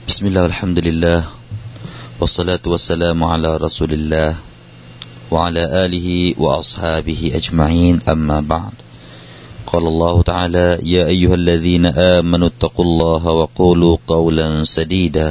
بسم الله والحمد لله والصلاة والسلام على رسول الله وعلى آله وأصحابه أجمعين أما بعد قال الله تعالى يا أيها الذين آمنوا اتقوا الله وقولوا قولا سديدا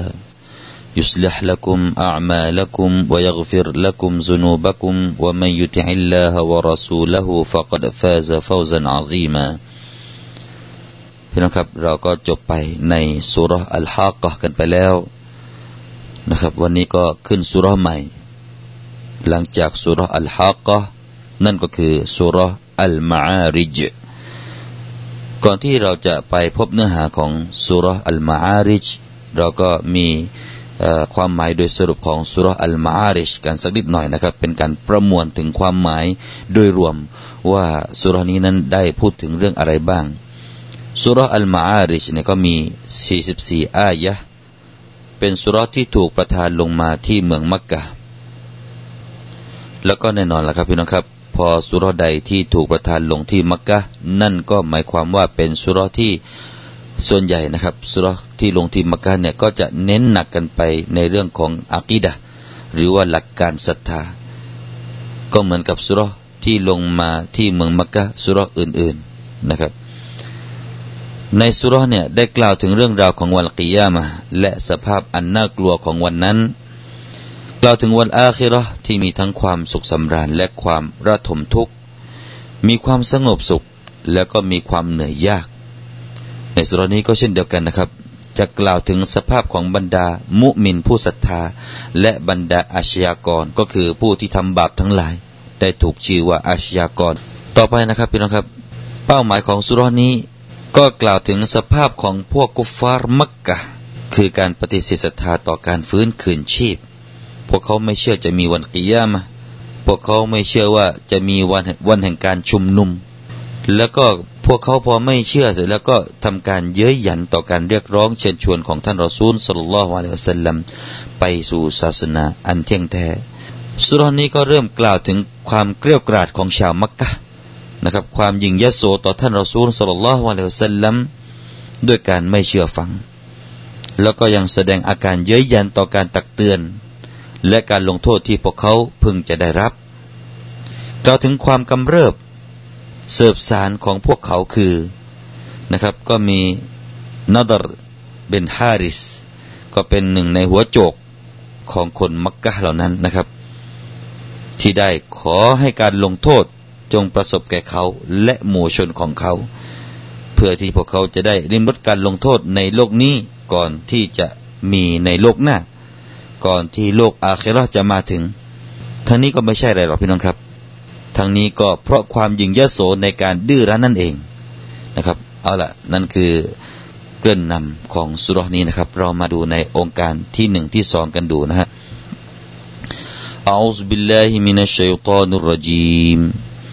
يصلح لكم أعمالكم ويغفر لكم ذنوبكم ومن يطع الله ورسوله فقد فاز فوزا عظيماพี่น้องครับเราก็จบไปในซูเราะห์อัลฮากะฮ์กันไปแล้วนะครับวันนี้ก็ขึ้นซูเราะห์ใหม่หลังจากซูเราะห์อัลฮากะฮ์นั่นก็คือซูเราะห์อัลมะอาริจก่อนที่เราจะไปพบเนื้อหาของซูเราะห์อัลมะอาริจเราก็มีความหมายโดยสรุปของซูเราะห์อัลมะอาริจกันสักนิดหน่อยนะครับเป็นการประมวลถึงความหมายโดยรวมว่าซูเราะห์นี้นั้นได้พูดถึงเรื่องอะไรบ้างซูเราะห์อัลมะอาริจเนี่ยก็มี44อายะห์เป็นซูเราะห์ที่ถูกประทานลงมาที่เมืองมักกะห์แล้วก็แน่นอนล่ะครับพี่น้องครับพอซูเราะห์ใดที่ถูกประทานลงที่มักกะห์นั่นก็หมายความว่าเป็นซูเราะห์ที่ส่วนใหญ่นะครับซูเราะห์ที่ลงที่มักกะห์เนี่ยก็จะเน้นหนักกันไปในเรื่องของอะกีดะห์หรือว่าหลักการศรัทธาก็เหมือนกับซูเราะห์ที่ลงมาที่เมืองมักกะห์ซูเราะห์อื่นๆนะครับในซูเราะห์เนี่ยได้กล่าวถึงเรื่องราวของวันกิยามะห์และสภาพอันน่ากลัวของวันนั้นกล่าวถึงวันอาคิเราะห์ที่มีทั้งความสุขสำราญและความระทมทุกข์มีความสงบสุขแล้วก็มีความเหนื่อยยากในซูเราะห์นี้ก็เช่นเดียวกันนะครับจะกล่าวถึงสภาพของบรรดามุมินผู้ศรัทธาและบรรดาอาชญากรก็คือผู้ที่ทำบาปทั้งหลายได้ถูกชื่อว่าอาชญากรต่อไปนะครับพี่น้องครับเป้าหมายของซูเราะห์นี้ก็กล่าวถึงสภาพของพวกกุฟฟาร์มักกะห์คือการปฏิเสธศรัทธาต่อการฟื้นคืนชีพพวกเขาไม่เชื่อจะมีวันกิยามะห์พวกเขาไม่เชื่อว่าจะมีวันแห่งการชุมนุมแล้วก็พวกเขาพอไม่เชื่อเสร็จแล้วก็ทำการเย้ยหยันต่อการเรียกร้องเชิญชวนของท่านรอซูลศ็อลลัลลอฮุอะลัยฮิวะซัลลัมไปสู่ศาสนาอันเที่ยงแท้ซูเราะห์นี้ก็เริ่มกล่าวถึงความเกรี้ยวกราดของชาวมักกะห์นะครับความยิ่งยโสต่อท่านรอซูลศ็อลลัลลอฮุอะลัยฮิวะซัลลัมด้วยการไม่เชื่อฟังแล้วก็ยังแสดงอาการเย้ยหยันต่อการตักเตือนและการลงโทษที่พวกเขาพึงจะได้รับกล่าวถึงความกำเริบเสบสารของพวกเขาคือนะครับก็มีนัดรบินฮาริสก็เป็นหนึ่งในหัวโจกของคนมักกะห์เหล่านั้นนะครับที่ได้ขอให้การลงโทษจงประสบแก่เขาและหมู่ชนของเขาเพื่อที่พวกเขาจะได้ริมรสการลงโทษในโลกนี้ก่อนที่จะมีในโลกหน้าก่อนที่โลกอาคิเราะห์จะมาถึงทั้งนี้ก็ไม่ใช่อะไรหรอกพี่น้องครับทั้งนี้ก็เพราะความยิ่งยโสในการดื้อรั้นนั่นเองนะครับเอาล่ะนั่นคือเกริ่นนำของซูเราะห์นี้นะครับเรามาดูในองค์การที่1ที่2กันดูนะฮะอะอูซุบิลลาฮิมินัชชัยฏอนิรเราะญีม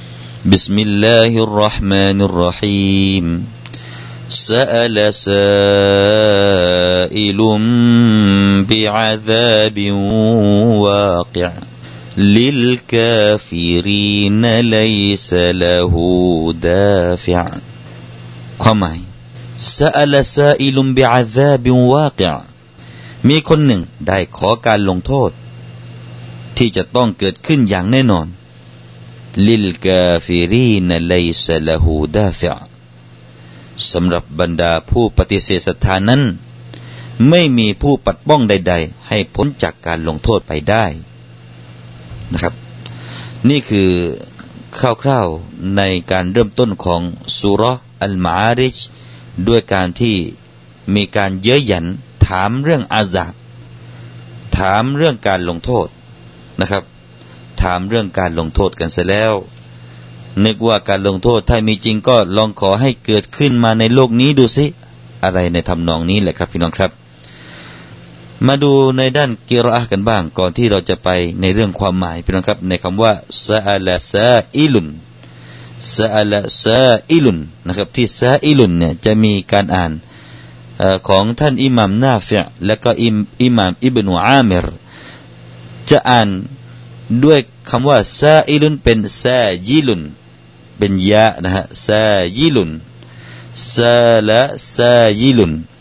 بسم الله الرحمن الرحيم سأل سائل بعذاب واقع للكافرين ليس له دافع ความหมาย سأل سائل بعذاب واقع มีคนหนึ่งได้ขอการลงโทษที่จะต้องเกิดขึ้นอย่างแน่นอนลิลกาฟิรีนไลซะละฮูดาฟิอสำหรับบรรดาผู้ปฏิเสธศรัทธานั้นไม่มีผู้ปัดป้องใดๆให้พ้นจากการลงโทษไปได้นะครับนี่คือคร่าวๆในการเริ่มต้นของซูเราะห์อัลมะอาริจด้วยการที่มีการเย้ยหยันถามเรื่องอาซาบถามเรื่องการลงโทษนะครับถามเรื่องการลงโทษกันเสียแล้วนึกว่าการลงโทษถ้ามีจริงก็ลองขอให้เกิดขึ้นมาในโลกนี้ดูสิอะไรในทำนองนี้แหละครับพี่น้องครับมาดูในด้านกิรออะห์กันบ้างก่อนที่เราจะไปในเรื่องความหมายพี่น้องครับในคำว่าซะอะละซาอิลุนซะอะละซาอิลุนนะครับที่ซาอิลุนเนี่ยจะมีการอ่านของท่านอิหม่ามนาฟิอ์และก็อิหม่ามอิบนุอามิรจะอ่านด้วยคำว่าซาอิลุนเป็นซายิลุนเป็นยะนะฮะซายิลุนซาละซายิลุน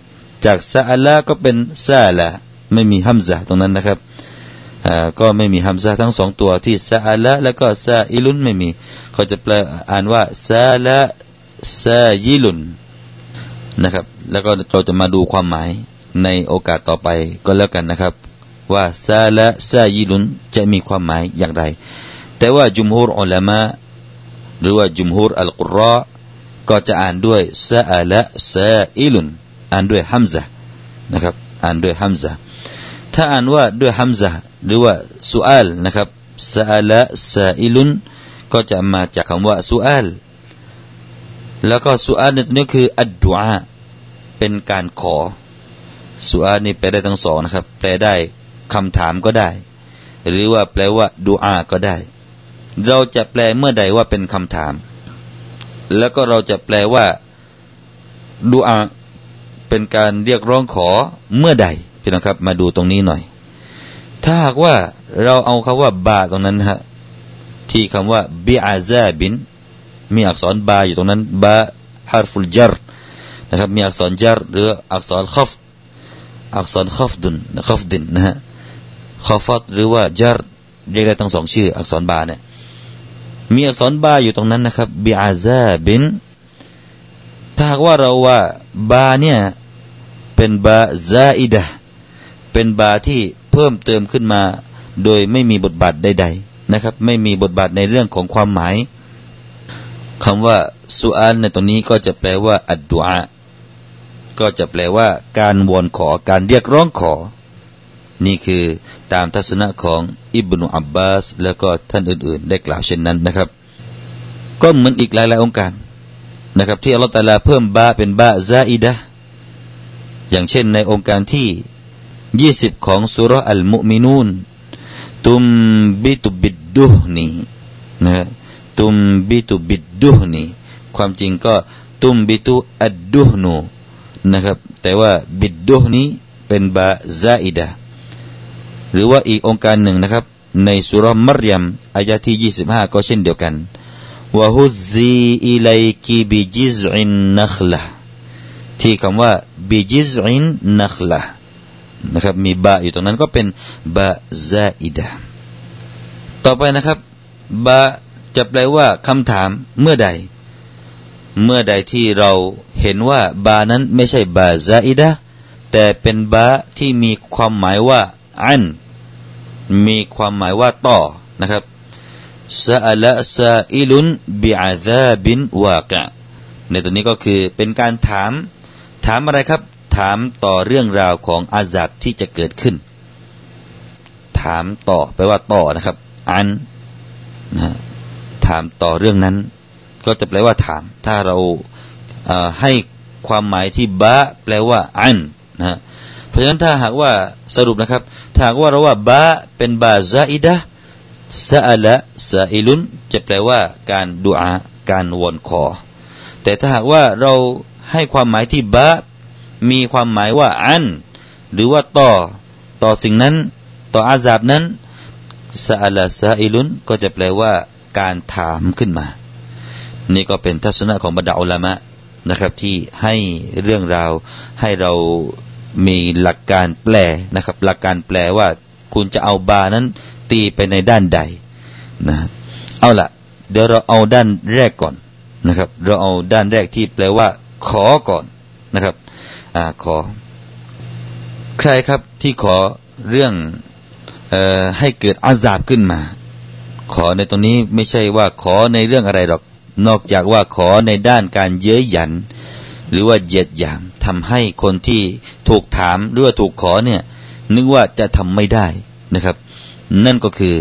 จากซาอะละก็เป็นซาละไม่มีฮัมซะตรงนั้นนะครับก็ไม่มีฮัมซะทั้งสองตัวที่ซาอะละแล้วก็ซาอิลุนไม่มีเขาจะแปลอ่านว่าซาละซายิลุนนะครับแล้วก็เราจะมาดูความหมายในโอกาสต่อไปก็แล้วกันนะครับว่าซาละซายิลุนจะมีความหมายอย่างไรแต่ว่าจุมฮูรอุลามะหรือว่าจุมฮูรอัลกุรรอก็จะอ่านด้วยซาอะละซาอิลุนอ่านด้วยฮัมซะนะครับอ่านด้วยฮัมซะถ้าอ่านว่าด้วยฮัมซะหรือว่าสุอาลนะครับซาอะละซาอิลุนก็จะมาจากคำว่าสุอาลแล้วก็สุอาลในตัวนี้คืออัดดุอาเป็นการขอสุอาลนี่แปลได้ทั้งสองนะครับแปลได้คำถามก็ได้หรือว่าแปลว่าดุอาก็ได้เราจะแปลเมื่อใดว่าเป็นคำถามแล้วก็เราจะแปลว่าดุอาเป็นการเรียกร้องขอเมื่อใดพี่น้องครับมาดูตรงนี้หน่อยถ้าหากว่าเราเอาคำว่าบาตรงนั้นฮะที่คำว่าบิอาซาบินมีอักษรบาอยู่ตรงนั้นบาฮาร์ฟุลจัรนะครับมีอักษรจัรหรืออักษรคัฟอักษรคัฟดินนะฮะคัฟัดหรือว่าจัรเรียกได้ทั้งสองชื่ออักษรบาเนี่ยมีอักษรบาอยู่ตรงนั้นนะครับบิอาซาบินถ้าหากว่าเราว่าบาเนี่ยเป็นบาซาอิดะเป็นบาที่เพิ่มเติมขึ้นมาโดยไม่มีบทบาทใดๆนะครับไม่มีบทบาทในเรื่องของความหมายคำว่าสุอาลในตรงนี้ก็จะแปลว่าอัดดุอาก็จะแปลว่าการวอนขอการเรียกร้องขอนี่คือตามทัศนะของอิบนุอับบาสแล้วก็ท่านอื่นๆได้กล่าวเช่นนั้นนะครับก็เหมือนอีกหลายๆองค์การนะครับที่อัลเลาะห์ตะอาลาเพิ่มบาเป็นบาซาอิดะห์อย่างเช่นในองค์การที่20ของซูเราะห์อัลมุอ์มินูนตุมบิตุบิดดุฮนีนะตุมบิตุบิดดุฮนีความจริงก็ตุมบิตุอัดดุฮนูนะครับแต่ว่าบิดดุฮนีเป็นบาซาอิดะห์หรือว่าอีกองค์การหนึ่งนะครับในซูเราะห์มัรยมอายะที่25ก็เช่นเดียวกันวะฮุซซีอิลัยกิบิจิซอินนัคละที่คำว่าบิจิซอินนัคละนะครับมีบาอยู่ตรงนั้นก็เป็นบาซาอิดะห์ต่อไปนะครับบาจะแปลว่าคำถามเมื่อใดที่เราเห็นว่าบานั้นไม่ใช่บาซาอิดะห์แต่เป็นบาที่มีความหมายว่าอันมีความหมายว่าต่อนะครับซาอะละซาอิลุนบิอาซาบินวากะในตัวนี้ก็คือเป็นการถามอะไรครับถามต่อเรื่องราวของอาซาบที่จะเกิดขึ้นถามต่อแปลว่าต่อนะครับอันนะถามต่อเรื่องนั้นก็จะแปลว่าถามถ้าเราให้ความหมายที่บะแปลว่าอันนะเพราะฉะนั้นถ้าหากว่าสรุปนะครับถ้าหากว่าเราว่าบะเป็นบาซาอิดะห์ซาอะละซาอิลุนจะแปลว่าการดุอาการวอนขอแต่ถ้าหากว่าเราให้ความหมายที่บะมีความหมายว่าอันหรือว่าต่อสิ่งนั้นต่ออาซาบนั้นซาอะละซาอิลุนก็จะแปลว่าการถามขึ้นมานี่ก็เป็นทัศนะของบรรดาอุลามะนะครับที่ให้เรื่องราวให้เรามีหลักการแปลนะครับหลักการแปลว่าคุณจะเอาบานั้นตีไปในด้านใดนะเอาล่ะเดี๋ยวเราเอาด้านแรกก่อนนะครับเราเอาด้านแรกที่แปลว่าขอก่อนนะครับขอใครครับที่ขอเรื่องให้เกิดอาซาบขึ้นมาขอในตรงนี้ไม่ใช่ว่าขอในเรื่องอะไรหรอกนอกจากว่าขอในด้านการเย้ยหยันหรือว่าเหยียดหยามทำให้คนที่ถูกถามหรือว่าถูกขอเนี่ยนึกว่าจะทำไม่ได้นะครับนั่นก็คือ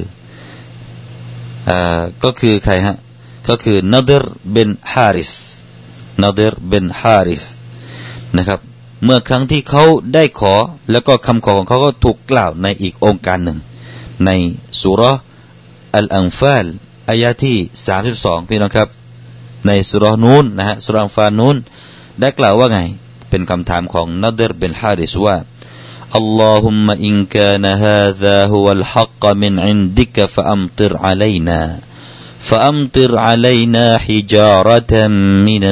ใครฮะก็คือนาดิรบินฮาริสนะครับเมื่อครั้งที่เขาได้ขอแล้วก็คำขอของเขาก็ถูกกล่าวในอีกองค์การหนึ่งในซูเราะห์อัลอันฟาลอายะที่32พี่น้องครับในซูเราะห์นูนนะฮะซูเราะห์อันฟาลนูนได้กล่าวว่าไงเป็นคำถามของนาดิรบินฮาริสว่าاللهم إن كان هذا هو الحق من عندك فأمطر علينا فأمطر علينا حجارة من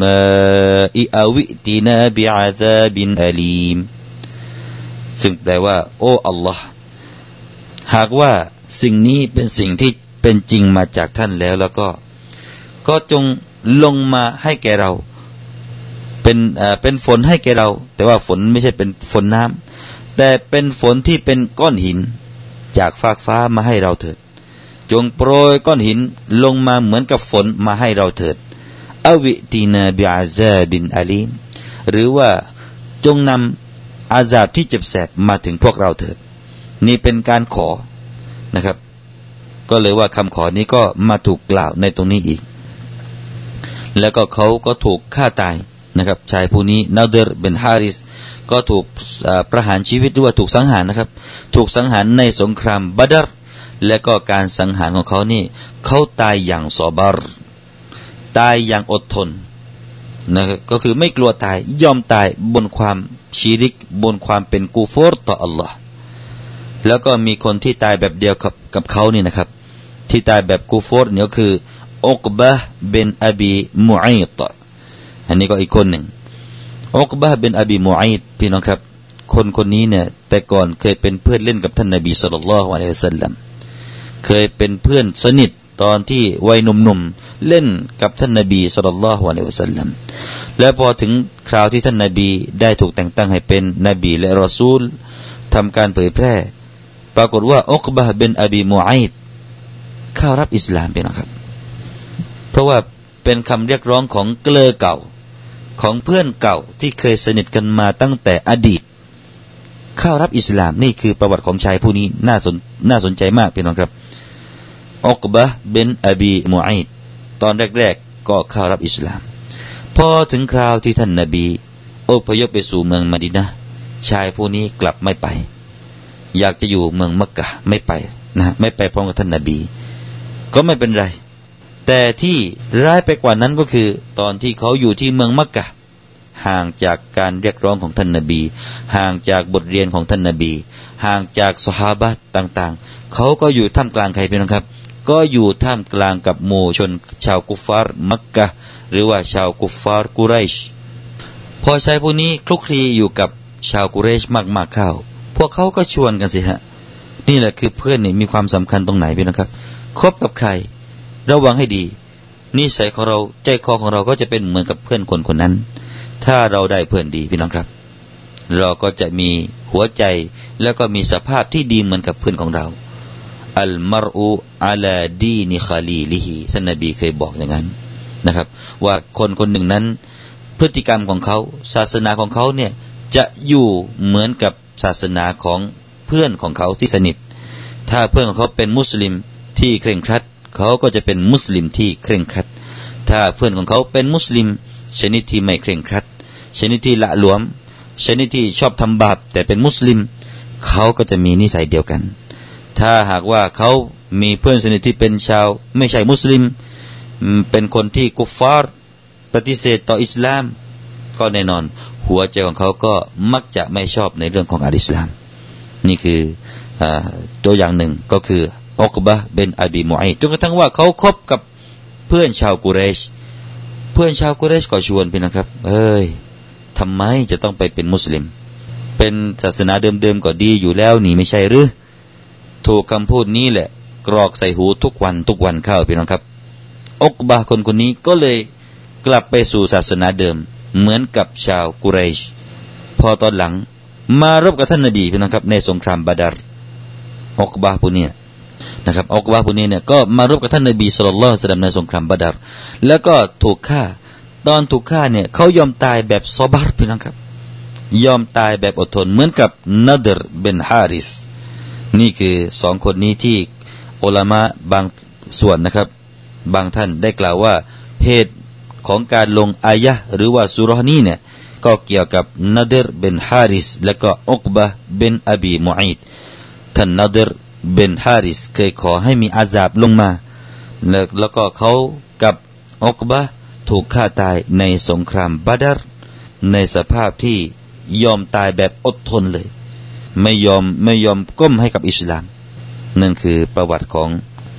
السماء أو ائتنا بعذاب أليم ซึ่งแปลว่าโอ้อัลลอฮ์หากว่าสิ่งนี้เป็นสิ่งที่เป็นจริงมาจากท่านแล้วก็จงลงมาให้แก่เราเป็นฝนให้แก่เราแต่ว่าฝนไม่ใช่เป็นฝนน้ำแต่เป็นฝนที่เป็นก้อนหินจากฟากฟ้ามาให้เราเถิดจงโปรยก้อนหินลงมาเหมือนกับฝนมาให้เราเถิดอวิตีนาบิอาซาบินอาลีมหรือว่าจงนำอาซาบที่เจ็บแสบมาถึงพวกเราเถิดนี่เป็นการขอนะครับก็เลยว่าคำขอนี้ก็มาถูกกล่าวในตรงนี้อีกแล้วก็เขาก็ถูกฆ่าตายนะครับชายผู้นี้นาเดรบินฮาริสก็ถูกประหารชีวิตหรือว่าถูกสังหารนะครับถูกสังหารในสงครามบัดรและก็การสังหารของเขานี่เขาตายอย่างซอบาร์ตายอย่างอดทนนะครับก็คือไม่กลัวตายยอมตายบนความชีริกบนความเป็นกูฟอร์ต่ออัลลอฮ์แล้วก็มีคนที่ตายแบบเดียวกับเขานี่นะครับที่ตายแบบกูฟอร์เนี่ยก็คืออุกบะห์บินอบีมุอยตอันนี้ก็อีกคนหนึ่งอุกบะห์บินอบีมุอยตพี่น้องครับคนนี้เนี่ยแต่ก่อนเคยเป็นเพื่อนเล่นกับท่านนบีศ็อลลัลลอฮุอะลัยฮิวะซัลลัมเคยเป็นเพื่อนสนิทตอนที่วัยหนุ่มๆเล่นกับท่านนบีศ็อลลัลลอฮุอะลัยฮิวะซัลลัมและพอถึงคราวที่ท่านนบีได้ถูกแต่งตั้งให้เป็นนบีและรอซูลทำการเผยแพร่ปรากฏว่าอุกบะห์บินอบีมุอยตเข้ารับอิสลามพี่น้องครับเพราะว่าเป็นคำเรียกร้องของเกลอเก่าของเพื่อนเก่าที่เคยสนิทกันมาตั้งแต่อดีตเข้ารับอิสลามนี่คือประวัติของชายผู้นี้น่าสนใจมากพี่น้องครับอุกบะห์บินอบีมุอยตตอนแรกๆก็เข้ารับอิสลามพอถึงคราวที่ท่านนบีอพยพไปสู่เมืองมะดีนะห์ชายผู้นี้กลับไม่ไปอยากจะอยู่เมืองมักกะฮ์ไม่ไปนะไม่ไปพร้อมกับท่านนบีก็ไม่เป็นไรแต่ที่ร้ายไปกว่านั้นก็คือตอนที่เขาอยู่ที่เมืองมักกะฮ์ห่างจากการเรียกร้องของท่านนบีห่างจากบทเรียนของท่านนบีห่างจากซอฮาบะห์ต่างๆเขาก็อยู่ท่ามกลางใครพี่น้องครับก็อยู่ท่ามกลางกับหมู่ชนชาวกุฟฟาร์มักกะฮ์หรือว่าชาวกุฟฟาร์กุไรชพอชายผู้นี้คลุกคลีอยู่กับชาวกุเรชมากๆเข้าพวกเขาก็ชวนกันสิฮะนี่แหละคือเพื่อนนี่มีความสำคัญตรงไหนพี่น้องครับคบกับใครระวังให้ดีนิสัยของเราใจคอของเราก็จะเป็นเหมือนกับเพื่อนคนนั้นถ้าเราได้เพื่อนดีพี่น้องครับเราก็จะมีหัวใจแล้วก็มีสภาพที่ดีเหมือนกับเพื่อนของเราอัลมารอูอะลาดีนิคาลีลิฮิท่านนบีเคยบอกอย่างนั้นนะครับว่าคนหนึ่งนั้นพฤติกรรมของเขาศาสนาของเขาเนี่ยจะอยู่เหมือนกับศาสนาของเพื่อนของเขาที่สนิทถ้าเพื่อนของเขาเป็นมุสลิมที่เคร่งครัดเขาก็จะเป็นมุสลิมที่เคร่งครัดถ้าเพื่อนของเขาเป็นมุสลิมชนิดที่ไม่เคร่งครัดชนิดที่ละหลวมชนิดที่ชอบทำบาปแต่เป็นมุสลิมเขาก็จะมีนิสัยเดียวกันถ้าหากว่าเขามีเพื่อนสนิทที่เป็นชาวไม่ใช่มุสลิมเป็นคนที่กุฟฟาร์ปฏิเสธต่ออิสลามก็แน่นอนหัวใจของเขาก็มักจะไม่ชอบในเรื่องของอิสลามนี่คือตัวอย่างหนึ่งก็คืออุกบะห์บินอบีมุอยตจนกระทั่งว่าเขาคบกับเพื่อนชาวกุเรชเพื่อนชาวกุเรชก็ชวนพี่นะครับทำไมจะต้องไปเป็นมุสลิมเป็นศาสนาเดิมๆก็ดีอยู่แล้วนี่ไม่ใช่หรือถูกคำพูดนี้แหละกรอกใส่หูทุกวันเข้าพี่น้องครับอุกบะห์คนนี้ก็เลยกลับไปสู่ศาสนาเดิมเหมือนกับชาวกุเรชพอตอนหลังมารบกับท่านนบีพี่น้องครับในสงครามบาดรอุกบะห์ผู้นี้นะครับอุกบะห์ผู้นี้เนี่ยก็มารบกับท่านนบีศ็อลลัลลอฮุอะลัยฮิวะซัลลัมในสงครามบาดรแล้วก็ถูกฆ่าตอนถูกฆ่าเนี่ยเขายอมตายแบบซอบาร์พี่น้องครับยอมตายแบบอดทนเหมือนกับนาดรบินฮาริสนี่คือสองคนนี้ที่อุลามะบางส่วนนะครับบางท่านได้กล่าวว่าเหตุของการลงอายะห์หรือว่าซูเราะห์นี้เนี่ยก็เกี่ยวกับนาดรบินฮาริสและก็อุกบะห์บินอบีมุอยตท่านนาดรบินฮาริสเคยขอให้มีอาซาบลงมาแล้วก็เขากับอุกบะห์ถูกฆ่าตายในสงครามบาดรในสภาพที่ยอมตายแบบอดทนเลยไม่ยอมก้มให้กับอิสลามนั่นคือประวัติของ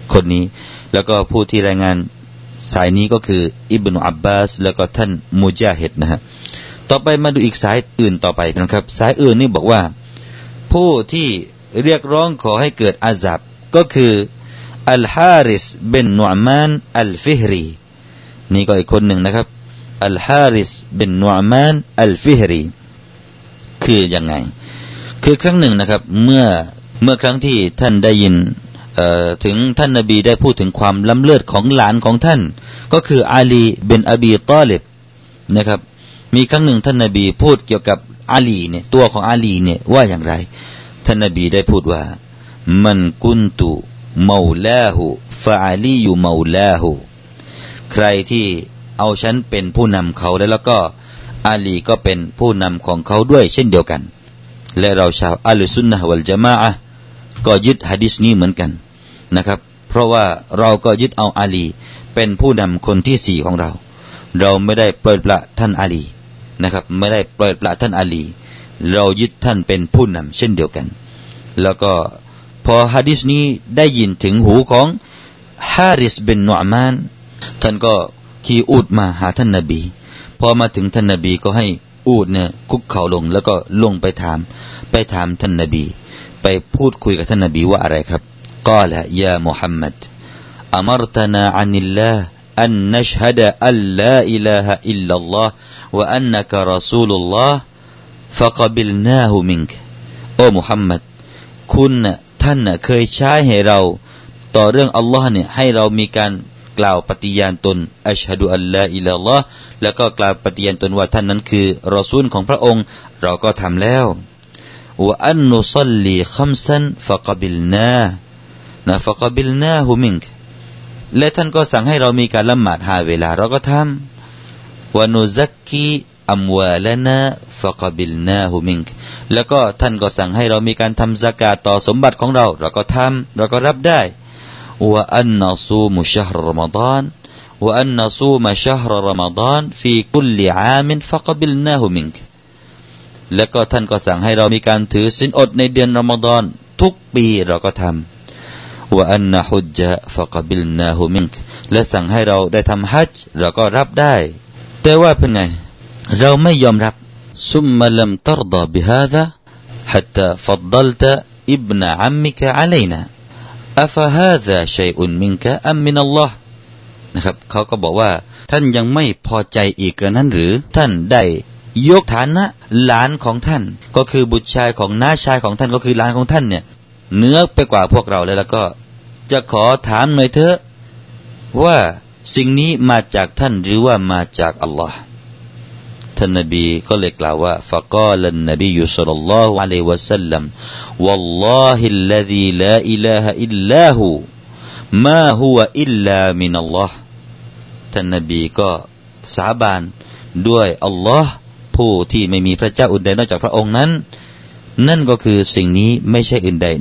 คนนี้แล้วก็ผู้ที่รายงานสายนี้ก็คืออิบนุอับบาสแล้วก็ท่านมุญาฮิดนะฮะต่อไปมาดูอีกสายอื่นต่อไปนะครับสายอื่นนี่บอกว่าผู้ที่เรียกร้องขอให้เกิดอาซับก็คืออัลฮาริสบินนุอ์มานอัลฟิฮรีนี่ก็อีกคนหนึ่งนะครับอัลฮาริสบินนุอ์มานอัลฟิฮรีคือยังไงคือครั้งหนึ่งนะครับเมื่อครั้งที่ท่านได้ยินถึงท่านนบีได้พูดถึงความล้ำเลิศของหลานของท่านก็คืออาลีบินอบีตอลิบนะครับมีครั้งหนึ่งท่านนบีพูดเกี่ยวกับอาลีเนี่ยตัวของอาลีเนี่ยว่าอย่างไรท่านนบีได้พูดว่ามันกุนตุเมาลาหูฟะอาลีอยู่เมาลาหูใครที่เอาฉันเป็นผู้นำเขาแล้วก็อาลีก็เป็นผู้นำของเขาด้วยเช่นเดียวกันและเราชาวอัลซุนนะฮ์วัลญะมาอะห์ก็ยึดหะดีษนี้เหมือนกันนะครับเพราะว่าเราก็ยึดเอาอาลีเป็นผู้นำคนที่สี่ของเราไม่ได้ปล่อยปละท่านอาลีนะครับไม่ได้ปล่อยปละท่านอาลีเรายึดท่านเป็นผู้นำเช่นเดียวกันแล้วก็พอหะดีษนี้ได้ยินถึงหูของฮาริสบินนุอ์มานท่านก็ขี่อูฐมาหาท่านนบีพอมาถึงท่านนบีก็ให้อูฐเนี่ยคุกเข่าลงแล้วก็ลงไปถามท่านนบีไปพูดคุยกับท่านนบีว่าอะไรครับกล่าวยามุฮัมมัดอัมรตนาอันิลลาห์อันนัชฮะดะอัลลาอิลาฮะอิลลัลลอฮ์วะอันนะกะรอซูลุลลอฮ์ฟะกบิลนาฮูมินกโอ้มุฮัมมัดท่านเคยใช้ให้เราต่อเรื่องอัลลอฮ์เนี่ยให้เรามีการกล่าวปฏิญาณตนอัชฮะดุอัลลาอิลลัลลอฮ์แล้วก็กล่าวปฏิญาณตนว่าท่านนั้นคือรอซูลของพระองค์เราก็ทำแล้ววะอันนุซัลลีคัมซันฟะกบิลนาฮูมินกและท่านก็สั่งให้เรามีการละหมาด5เวลาเราก็ทำวะนุซักกีอัมวาลนาฟะกบิลนาฮูมินกแล้วก็ท่านก็สั่งให้เรามีการทำซะกาตต่อสมบัติของเราก็ทำเราก็รับได้วะอันนะซูมุชะฮรรอมฎอนวะอันนะซูมชะฮรรอมฎอนฟีกุลลิอามินฟะกบิลนาฮูมินกแล้วก็ท่านก็สั่งให้เรามีการถือศีลอดในเดือนรอมฎอนทุกปีเราก็ทำวะอันนะฮุจญะฟะกบิลนาฮูมินกและสั่งให้เราได้ทำฮัจญ์เราก็รับได้แต่ว่าเป็นไงเราไม่ยอมรับซุมมะลัมตัรฎอบิฮาซาฮัตตาฟัดดัลตะอิบนะอัมมิกะอะลัยนาอะฟะฮาซาชัยอุนมินกะอัมมินัลลอฮ์นะครับเขาก็บอกว่าท่านยังไม่พอใจอีกกระนั้นหรือท่านได้ยกฐานะหลานของท่านก็คือบุตรชายของน้าชายของท่านก็คือหลานของท่านเนี่ยเหนือไปกว่าพวกเราแล้วก็จะขอถามหน่อยเถอะว่าสิ่งนี้มาจากท่านหรือว่ามาจากอัลลอฮ์ท่านนบีก็เลยกล่าวว่าฟะกาลันนบีศ็อลลัลลอฮุอะลัยฮิวะซัลลัมวัลลอฮิลลซีลาอิลาฮะอิลลาฮูมาฮุวะอิลลามินัลลอฮ์ท่านนบีก็สาบานด้วยอัลลอฮ์ผู้ที่ไม่มีพระเจ้าอื่นใดนอกจากพระองค์นั้นนั่นก็คือสิ่งนี้ไม่ใช่อื่นใด